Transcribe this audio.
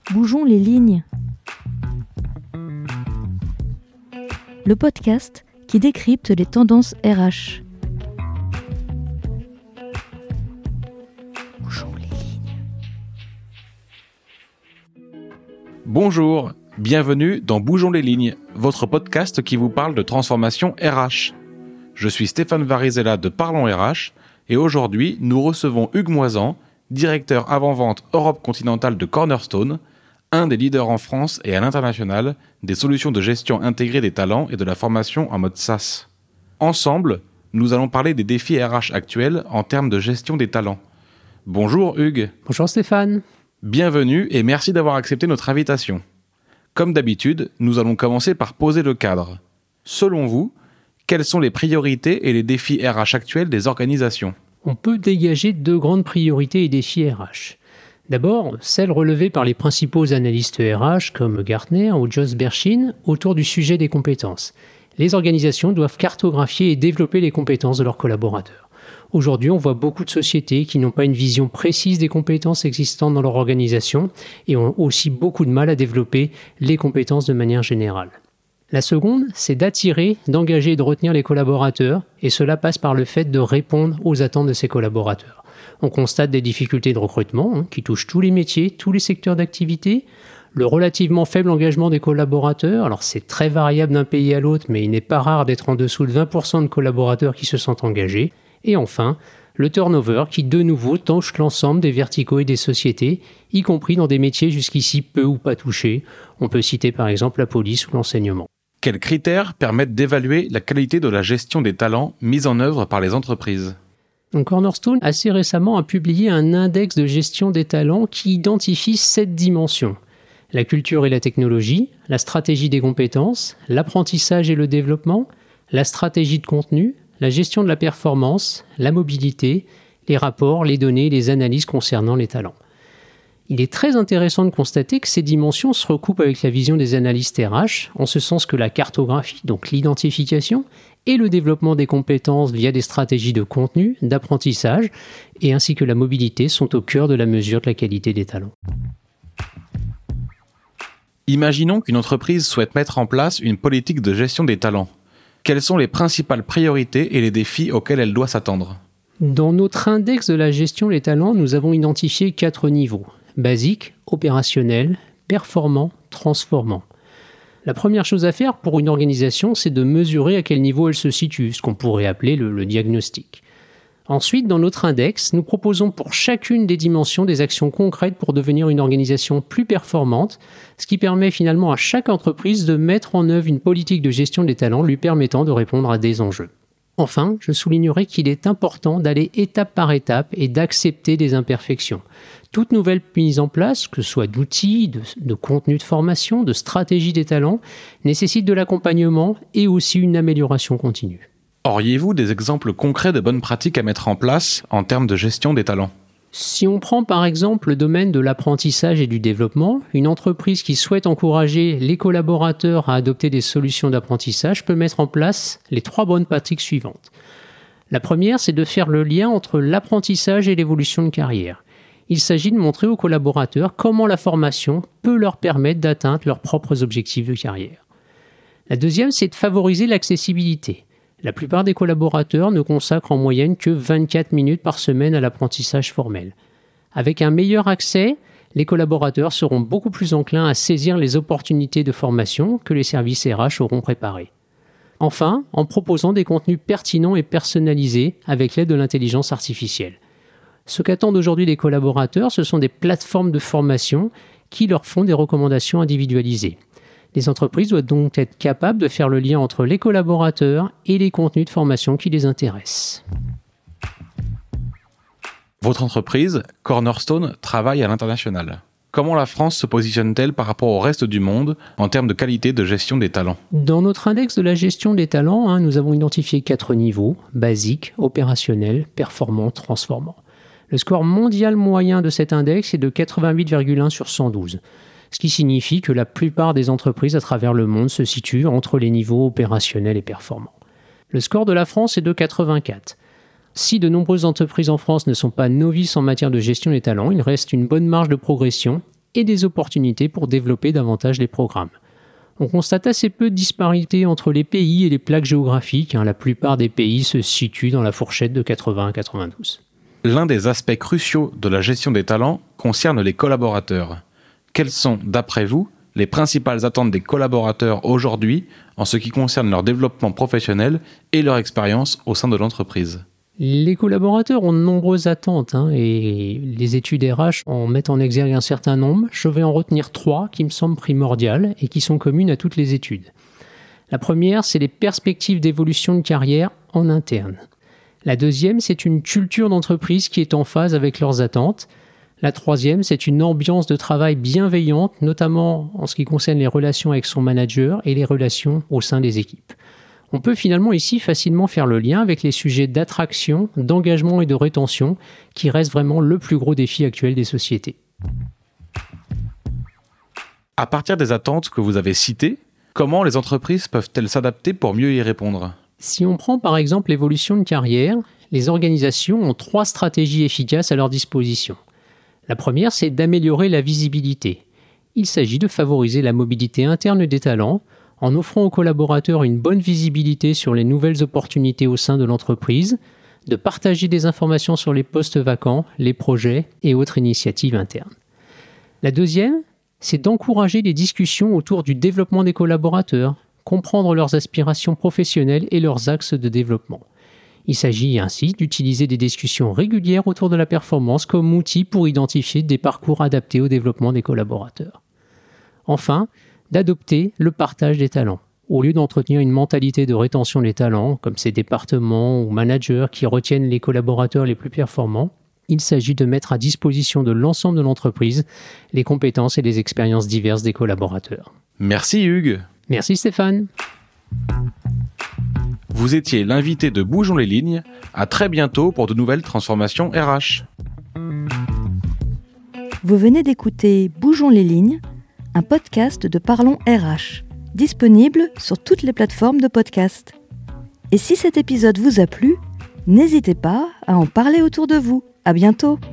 Bougeons les lignes. Le podcast qui décrypte les tendances RH. Bougeons les lignes. Bonjour, bienvenue dans Bougeons les lignes, votre podcast qui vous parle de transformation RH. Je suis Stéphane Varizella de Parlons RH et aujourd'hui nous recevons Hugues Moisan, directeur avant-vente Europe continentale de Cornerstone, un des leaders en France et à l'international des solutions de gestion intégrée des talents et de la formation en mode SaaS. Ensemble, nous allons parler des défis RH actuels en termes de gestion des talents. Bonjour Hugues. Bonjour Stéphane. Bienvenue et merci d'avoir accepté notre invitation. Comme d'habitude, nous allons commencer par poser le cadre. Selon vous, quelles sont les priorités et les défis RH actuels des organisations ? On peut dégager deux grandes priorités et défis RH. D'abord, celles relevées par les principaux analystes RH comme Gartner ou Josh Bersin autour du sujet des compétences. Les organisations doivent cartographier et développer les compétences de leurs collaborateurs. Aujourd'hui, on voit beaucoup de sociétés qui n'ont pas une vision précise des compétences existantes dans leur organisation et ont aussi beaucoup de mal à développer les compétences de manière générale. La seconde, c'est d'attirer, d'engager et de retenir les collaborateurs, et cela passe par le fait de répondre aux attentes de ces collaborateurs. On constate des difficultés de recrutement qui touchent tous les métiers, tous les secteurs d'activité, le relativement faible engagement des collaborateurs. Alors c'est très variable d'un pays à l'autre, mais il n'est pas rare d'être en dessous de 20% de collaborateurs qui se sentent engagés. Et enfin, le turnover qui de nouveau touche l'ensemble des verticaux et des sociétés, y compris dans des métiers jusqu'ici peu ou pas touchés. On peut citer par exemple la police ou l'enseignement. Quels critères permettent d'évaluer la qualité de la gestion des talents mise en œuvre par les entreprises ? Donc Cornerstone, assez récemment, a publié un index de gestion des talents qui identifie 7 dimensions. La culture et la technologie, la stratégie des compétences, l'apprentissage et le développement, la stratégie de contenu, la gestion de la performance, la mobilité, les rapports, les données, les analyses concernant les talents. Il est très intéressant de constater que ces dimensions se recoupent avec la vision des analystes RH, en ce sens que la cartographie, donc l'identification, et le développement des compétences via des stratégies de contenu, d'apprentissage, et ainsi que la mobilité sont au cœur de la mesure de la qualité des talents. Imaginons qu'une entreprise souhaite mettre en place une politique de gestion des talents. Quelles sont les principales priorités et les défis auxquels elle doit s'attendre ? Dans notre index de la gestion des talents, nous avons identifié 4 niveaux. Basique, opérationnel, performant, transformant. La première chose à faire pour une organisation, c'est de mesurer à quel niveau elle se situe, ce qu'on pourrait appeler le diagnostic. Ensuite, dans notre index, nous proposons pour chacune des dimensions des actions concrètes pour devenir une organisation plus performante, ce qui permet finalement à chaque entreprise de mettre en œuvre une politique de gestion des talents lui permettant de répondre à des enjeux. Enfin, je soulignerai qu'il est important d'aller étape par étape et d'accepter des imperfections. Toute nouvelle mise en place, que ce soit d'outils, de contenu de formation, de stratégie des talents, nécessite de l'accompagnement et aussi une amélioration continue. Auriez-vous des exemples concrets de bonnes pratiques à mettre en place en termes de gestion des talents ? Si on prend par exemple le domaine de l'apprentissage et du développement, une entreprise qui souhaite encourager les collaborateurs à adopter des solutions d'apprentissage peut mettre en place les 3 bonnes pratiques suivantes. La première, c'est de faire le lien entre l'apprentissage et l'évolution de carrière. Il s'agit de montrer aux collaborateurs comment la formation peut leur permettre d'atteindre leurs propres objectifs de carrière. La deuxième, c'est de favoriser l'accessibilité. La plupart des collaborateurs ne consacrent en moyenne que 24 minutes par semaine à l'apprentissage formel. Avec un meilleur accès, les collaborateurs seront beaucoup plus enclins à saisir les opportunités de formation que les services RH auront préparées. Enfin, en proposant des contenus pertinents et personnalisés avec l'aide de l'intelligence artificielle. Ce qu'attendent aujourd'hui les collaborateurs, ce sont des plateformes de formation qui leur font des recommandations individualisées. Les entreprises doivent donc être capables de faire le lien entre les collaborateurs et les contenus de formation qui les intéressent. Votre entreprise, Cornerstone, travaille à l'international. Comment la France se positionne-t-elle par rapport au reste du monde en termes de qualité de gestion des talents ? Dans notre index de la gestion des talents, nous avons identifié 4 niveaux, basique, opérationnel, performant, transformant. Le score mondial moyen de cet index est de 88,1 sur 112. Ce qui signifie que la plupart des entreprises à travers le monde se situent entre les niveaux opérationnels et performants. Le score de la France est de 84. Si de nombreuses entreprises en France ne sont pas novices en matière de gestion des talents, il reste une bonne marge de progression et des opportunités pour développer davantage les programmes. On constate assez peu de disparités entre les pays et les plaques géographiques. La plupart des pays se situent dans la fourchette de 80 à 92. L'un des aspects cruciaux de la gestion des talents concerne les collaborateurs. Quelles sont, d'après vous, les principales attentes des collaborateurs aujourd'hui en ce qui concerne leur développement professionnel et leur expérience au sein de l'entreprise ? Les collaborateurs ont de nombreuses attentes et les études RH en mettent en exergue un certain nombre. Je vais en retenir 3 qui me semblent primordiales et qui sont communes à toutes les études. La première, c'est les perspectives d'évolution de carrière en interne. La deuxième, c'est une culture d'entreprise qui est en phase avec leurs attentes. La troisième, c'est une ambiance de travail bienveillante, notamment en ce qui concerne les relations avec son manager et les relations au sein des équipes. On peut finalement ici facilement faire le lien avec les sujets d'attraction, d'engagement et de rétention, qui restent vraiment le plus gros défi actuel des sociétés. À partir des attentes que vous avez citées, comment les entreprises peuvent-elles s'adapter pour mieux y répondre ? Si on prend par exemple l'évolution de carrière, les organisations ont 3 stratégies efficaces à leur disposition. La première, c'est d'améliorer la visibilité. Il s'agit de favoriser la mobilité interne des talents en offrant aux collaborateurs une bonne visibilité sur les nouvelles opportunités au sein de l'entreprise, de partager des informations sur les postes vacants, les projets et autres initiatives internes. La deuxième, c'est d'encourager les discussions autour du développement des collaborateurs, comprendre leurs aspirations professionnelles et leurs axes de développement. Il s'agit ainsi d'utiliser des discussions régulières autour de la performance comme outil pour identifier des parcours adaptés au développement des collaborateurs. Enfin, d'adopter le partage des talents. Au lieu d'entretenir une mentalité de rétention des talents, comme ces départements ou managers qui retiennent les collaborateurs les plus performants, il s'agit de mettre à disposition de l'ensemble de l'entreprise les compétences et les expériences diverses des collaborateurs. Merci Hugues. Merci Stéphane. Vous étiez l'invité de Bougeons les lignes. À très bientôt pour de nouvelles transformations RH. Vous venez d'écouter Bougeons les lignes, un podcast de Parlons RH, disponible sur toutes les plateformes de podcast. Et si cet épisode vous a plu, n'hésitez pas à en parler autour de vous. À bientôt!